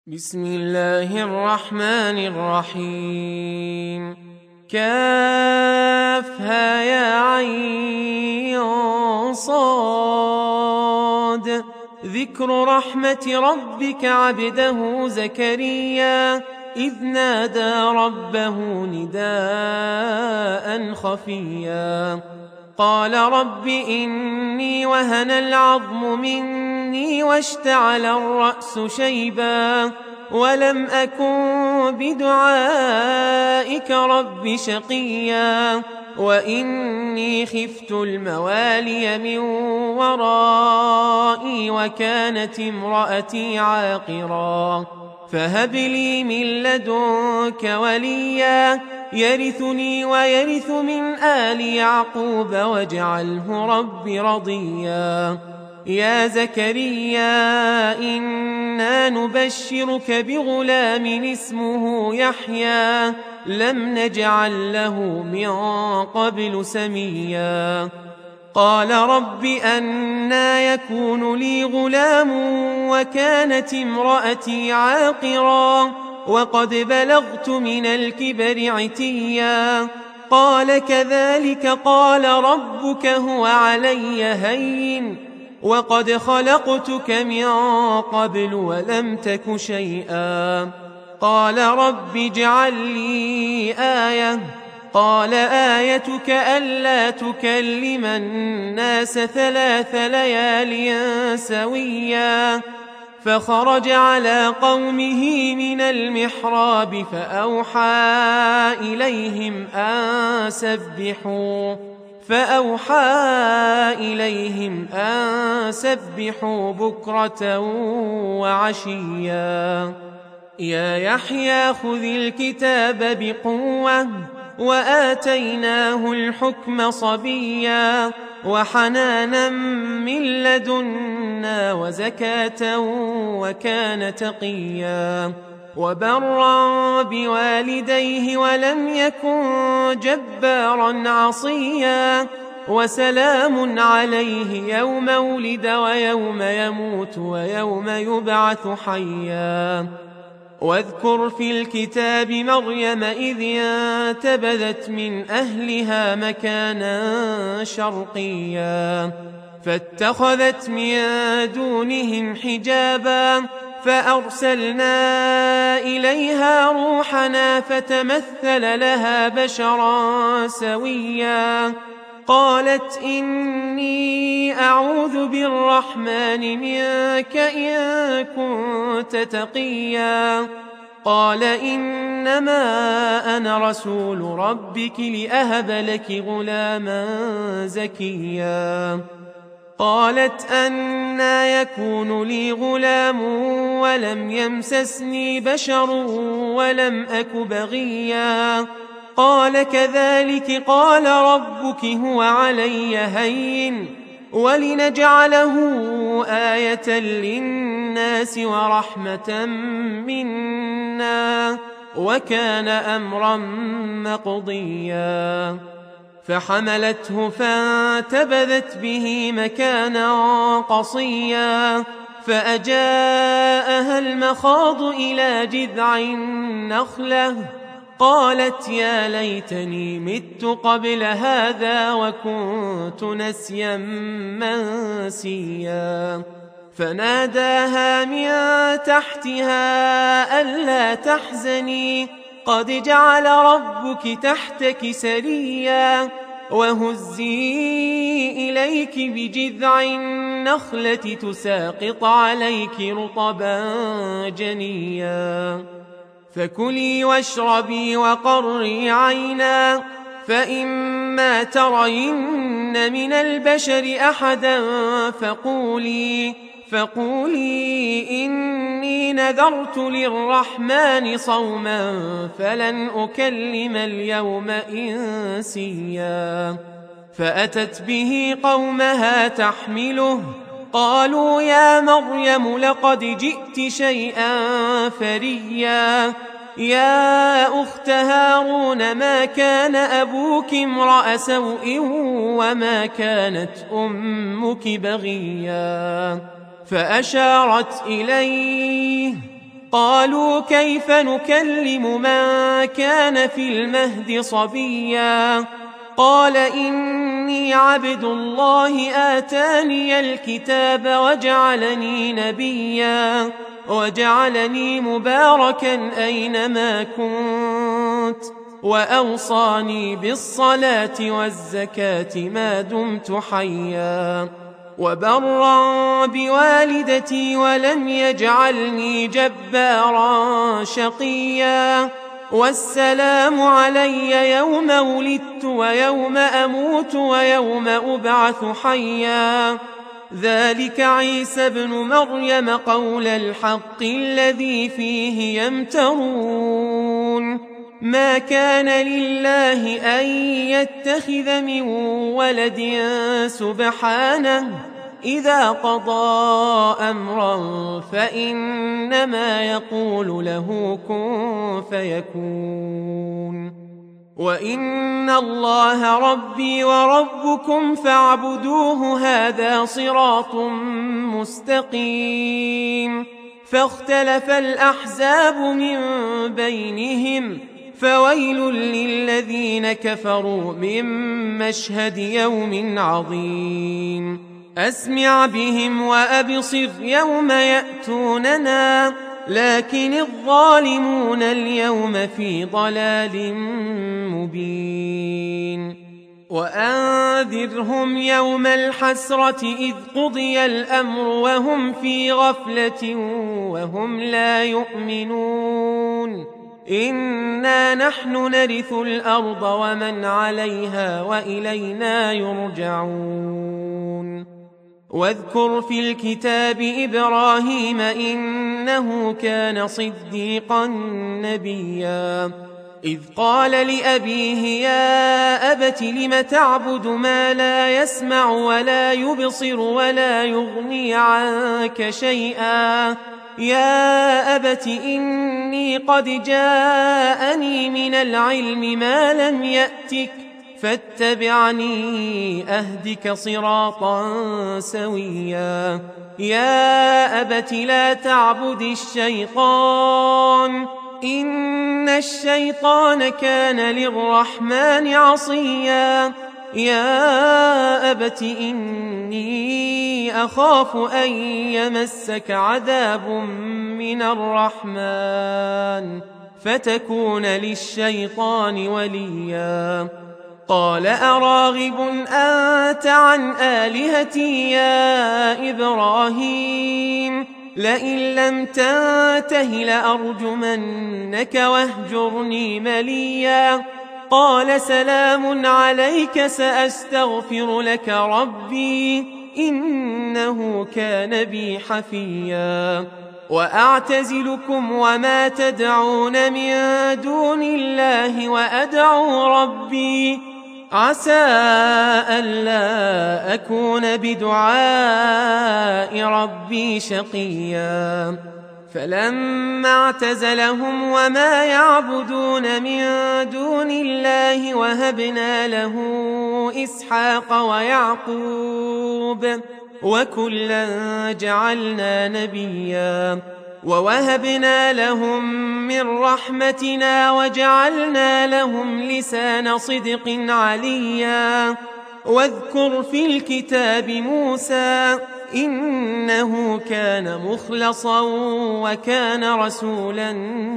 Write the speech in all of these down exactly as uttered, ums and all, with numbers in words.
بسم الله الرحمن الرحيم كافها يا عين صاد ذكر رحمة ربك عبده زكريا إذ نادى ربه نداء خفيا قال رب إني وهن العظم مني واشتعل الرأس شيبا ولم أكن بدعائك رب شقيا وإني خفت الموالي من ورائي وكانت امرأتي عاقرا فهب لي من لدنك وليا يرثني ويرث من آل يعقوب واجعله رب رضيا يا زكريا إنا نبشرك بغلام اسمه يحيى لم نجعل له من قبل سميا قال رب أنى يكون لي غلام وكانت امرأتي عاقرا وقد بلغت من الكبر عتيا قال كذلك قال ربك هو علي هين وقد خلقتك من قبل ولم تك شيئا قال رب اجعل لي آية قال آيتك ألا تكلم الناس ثلاث ليال سويا فخرج على قومه من المحراب فأوحى إليهم أن سبحوا فأوحى إليهم أن سبحوا بكرة وعشيا يا يحيى خذ الكتاب بقوة وآتيناه الحكم صبيا وحنانا من لدنا وزكاة وكان تقيا وبرا بوالديه ولم يكن جبارا عصيا وسلام عليه يوم ولد ويوم يموت ويوم يبعث حيا واذكر في الكتاب مريم إذ انتبذت من أهلها مكانا شرقيا فاتخذت من دونهم حجابا فأرسلنا إليها روحنا فتمثل لها بشرا سويا قالت إني أعوذ بالرحمن منك إن كنت تقيا قال إنما أنا رسول ربك لأهب لك غلاما زكيا قالت أنى يكون لي غلام ولم يمسسني بشر ولم أك بغيا قال كذلك قال ربك هو علي هين ولنجعله آية للناس ورحمة منا وكان أمرا مقضيا فحملته فانتبذت به مكانا قصيا فأجاءها المخاض إلى جذع النخلة قالت يا ليتني مت قبل هذا وكنت نسيا منسيا فناداها من تحتها ألا تحزني قد جعل ربك تحتك سريا وهزي إليك بجذع النخلة تساقط عليك رطبا جنيا فكلي واشربي وقري عينا فإما ترين من البشر أحدا فقولي فقولي إني نذرت للرحمن صوما فلن أكلم اليوم إنسيا فأتت به قومها تحمله قالوا يا مريم لقد جئت شيئا فريا يا أخت هارون ما كان أبوك امرأ سوء وما كانت أمك بغيا فأشارت إليه قالوا كيف نكلم من كان في المهد صبيا قال إني عبد الله آتاني الكتاب وجعلني نبيا وجعلني مباركا أينما كنت وأوصاني بالصلاة والزكاة ما دمت حيا وبرا بوالدتي ولم يجعلني جبارا شقيا والسلام علي يوم ولدت ويوم أموت ويوم أبعث حيا ذلك عيسى ابن مريم قول الحق الذي فيه يمترون ما كان لله أن يتخذ من ولد سبحانه إذا قضى أمرا فإنما يقول له كن فيكون وإن الله ربي وربكم فاعبدوه هذا صراط مستقيم فاختلف الأحزاب من بينهم فويل للذين كفروا من مشهد يوم عظيم أسمع بهم وأبصر يوم يأتوننا لكن الظالمون اليوم في ضلال مبين وأنذرهم يوم الحسرة إذ قضي الأمر وهم في غفلة وهم لا يؤمنون إنا نحن نرث الأرض ومن عليها وإلينا يرجعون واذكر في الكتاب إبراهيم إنه كان صديقا نبيا إذ قال لأبيه يا أبت لم تعبد ما لا يسمع ولا يبصر ولا يغني عنك شيئا يا أبت إني قد جاءني من العلم ما لم يأتك فاتبعني أهدك صراطا سويا يا أبت لا تعبد الشيطان إن الشيطان كان للرحمن عصيا يا أبت إني أخاف أن يمسك عذاب من الرحمن فتكون للشيطان وليا قال أراغب أنت عن آلهتي يا إبراهيم لئن لم تنته لأرجمنك واهجرني مليا قال سلام عليك سأستغفر لك ربي إنه كان بي حفيا وأعتزلكم وما تدعون من دون الله وأدعو ربي عسى ألا أكون بدعاء ربي شقيا فلما اعتزلهم وما يعبدون من دون الله وهبنا له إسحاق ويعقوب وكلا جعلنا نبيا ووهبنا لهم من رحمتنا وجعلنا لهم لسان صدق عليا واذكر في الكتاب موسى إنه كان مخلصا وكان رسولا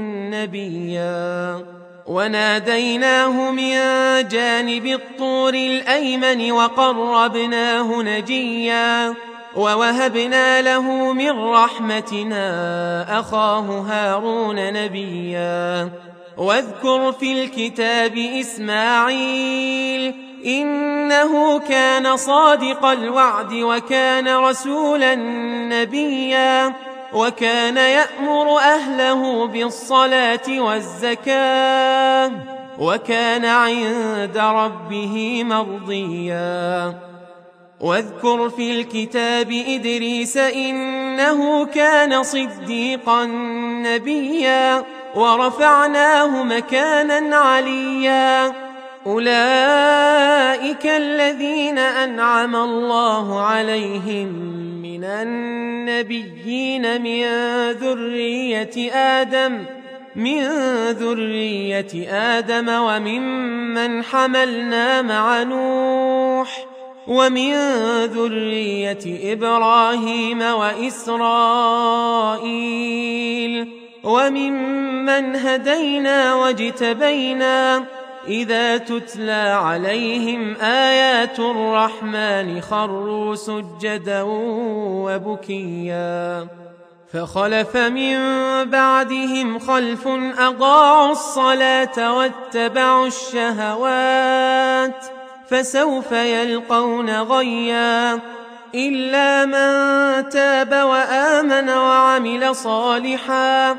نبيا وناديناه من جانب الطور الأيمن وقربناه نجيا ووهبنا له من رحمتنا أخاه هارون نبيا واذكر في الكتاب إسماعيل إنه كان صادق الوعد وكان رسولا نبيا وكان يأمر أهله بالصلاة والزكاة وكان عند ربه مرضيا واذكر في الكتاب إدريس إنه كان صديقا نبيا ورفعناه مكانا عليا أولئك الذين أنعم الله عليهم من من النبيين من ذرية آدم من ذرية آدم وممن حملنا مع نوح ومن ذرية إبراهيم وإسرائيل وممن هدينا واجتبينا إذا تتلى عليهم آيات الرحمن خروا سجدا وبكيا فخلف من بعدهم خلف أضاعوا الصلاة واتبعوا الشهوات فسوف يلقون غيا إلا من تاب وآمن وعمل صالحا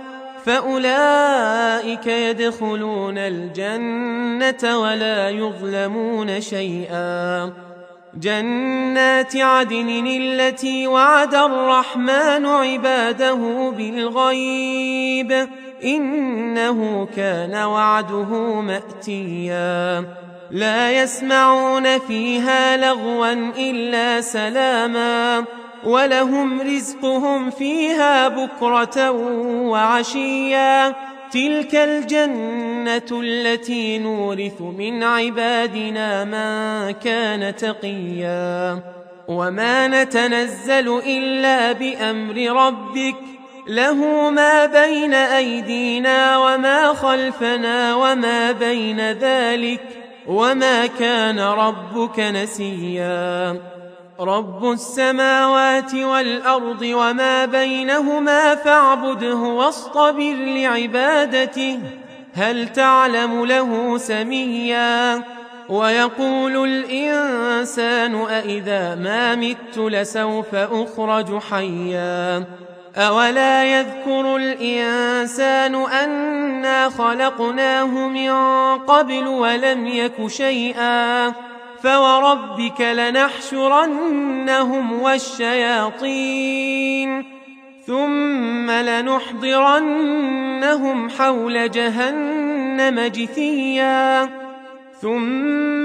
فأولئك يدخلون الجنة ولا يظلمون شيئا جنات عدن التي وعد الرحمن عباده بالغيب إنه كان وعده مأتيا لا يسمعون فيها لغوا إلا سلاما ولهم رزقهم فيها بكرة وعشيا تلك الجنة التي نورث من عبادنا من كان تقيا وما نتنزل إلا بأمر ربك له ما بين أيدينا وما خلفنا وما بين ذلك وما كان ربك نسيا رب السماوات والأرض وما بينهما فاعبده واصطبر لعبادته هل تعلم له سميا ويقول الإنسان أإذا ما مت لسوف أخرج حيا أولا يذكر الإنسان أنا خلقناه من قبل ولم يك شيئا فوربك لنحشرنهم والشياطين ثم لنحضرنهم حول جهنم جثيا ثم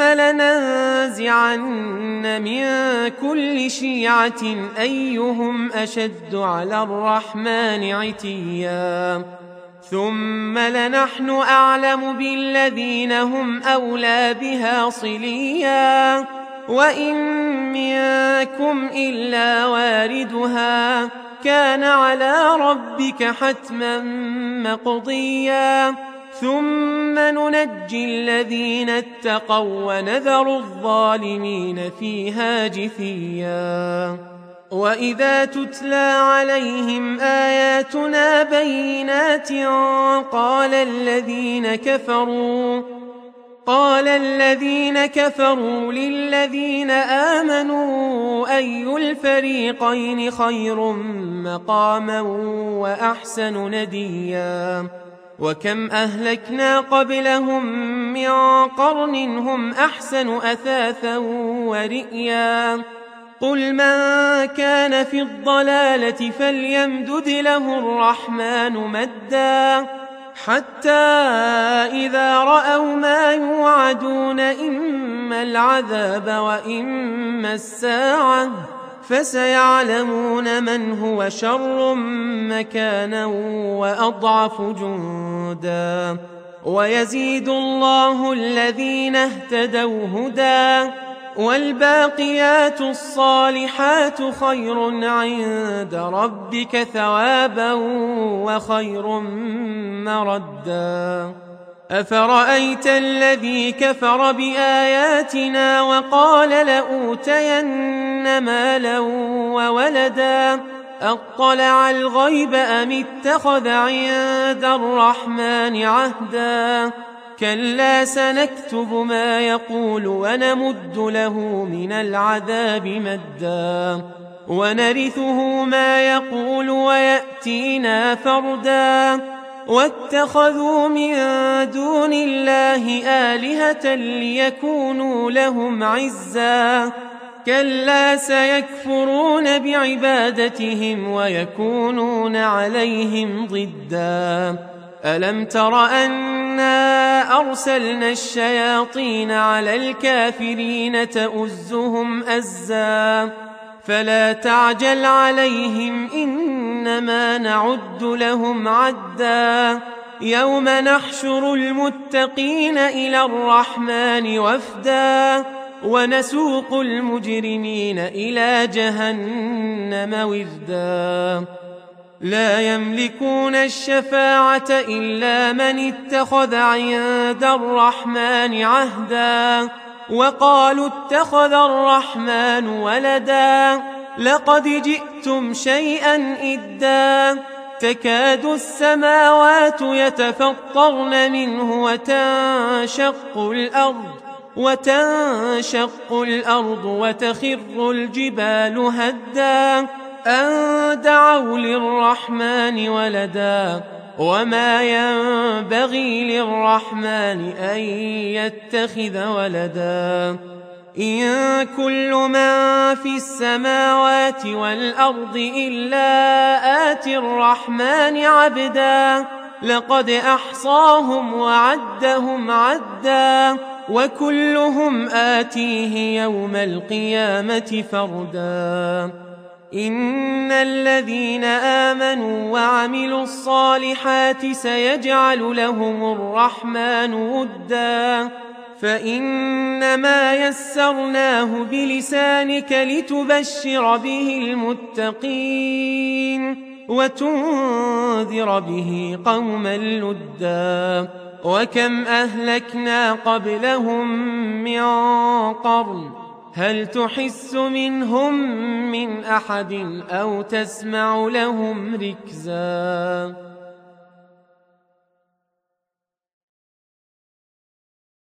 لننزعن من كل شيعة أيهم أشد على الرحمن عتيا ثم لنحن أعلم بالذين هم أولى بها صليا وإن منكم إلا واردها كان على ربك حتما مقضيا ثم ننجي الذين اتقوا ونذر الظالمين فيها جثيا وإذا تتلى عليهم آياتنا بينات قال الذين كفروا قال الذين كفروا للذين آمنوا أي الفريقين خير مقاما وأحسن نديا وكم أهلكنا قبلهم من قرن هم أحسن أثاثا ورئيا قل من كان في الضلالة فليمدد له الرحمن مدا حتى إذا رأوا ما يوعدون إما العذاب وإما الساعة فسيعلمون من هو شر مكانا وأضعف جندا ويزيد الله الذين اهتدوا هدى والباقيات الصالحات خير عند ربك ثوابا وخير مردا أفرأيت الذي كفر بآياتنا وقال لأوتين مالا وولدا أطلع الغيب أم اتخذ عند الرحمن عهدا كلا سنكتب ما يقول ونمد له من العذاب مدا ونرثه ما يقول ويأتينا فردا واتخذوا من دون الله آلهة ليكونوا لهم عزا كلا سيكفرون بعبادتهم ويكونون عليهم ضدا ألم تر أنا أرسلنا الشياطين على الكافرين تؤزهم أزا فلا تعجل عليهم إنما نعد لهم عدا يوم نحشر المتقين إلى الرحمن وفدا ونسوق المجرمين إلى جهنم وردا لا يملكون الشفاعة إلا من اتخذ عند الرحمن عهدا وقالوا اتخذ الرحمن ولدا لقد جئتم شيئا إدا تكاد السماوات يتفطرن منه وتنشق الأرض وتنشق الأرض وتخر الجبال هدا أن دعوا للرحمن ولدا وما ينبغي للرحمن أن يتخذ ولدا إن كل من في السماوات والأرض إلا آتي الرحمن عبدا لقد أحصاهم وعدهم عدا وكلهم آتيه يوم القيامة فردا إن الذين آمنوا وعملوا الصالحات سيجعل لهم الرحمن ودا فإنما يسرناه بلسانك لتبشر به المتقين وتنذر به قوما لدا وكم أهلكنا قبلهم من قرن هل تحس منهم من أحد أو تسمع لهم ركزا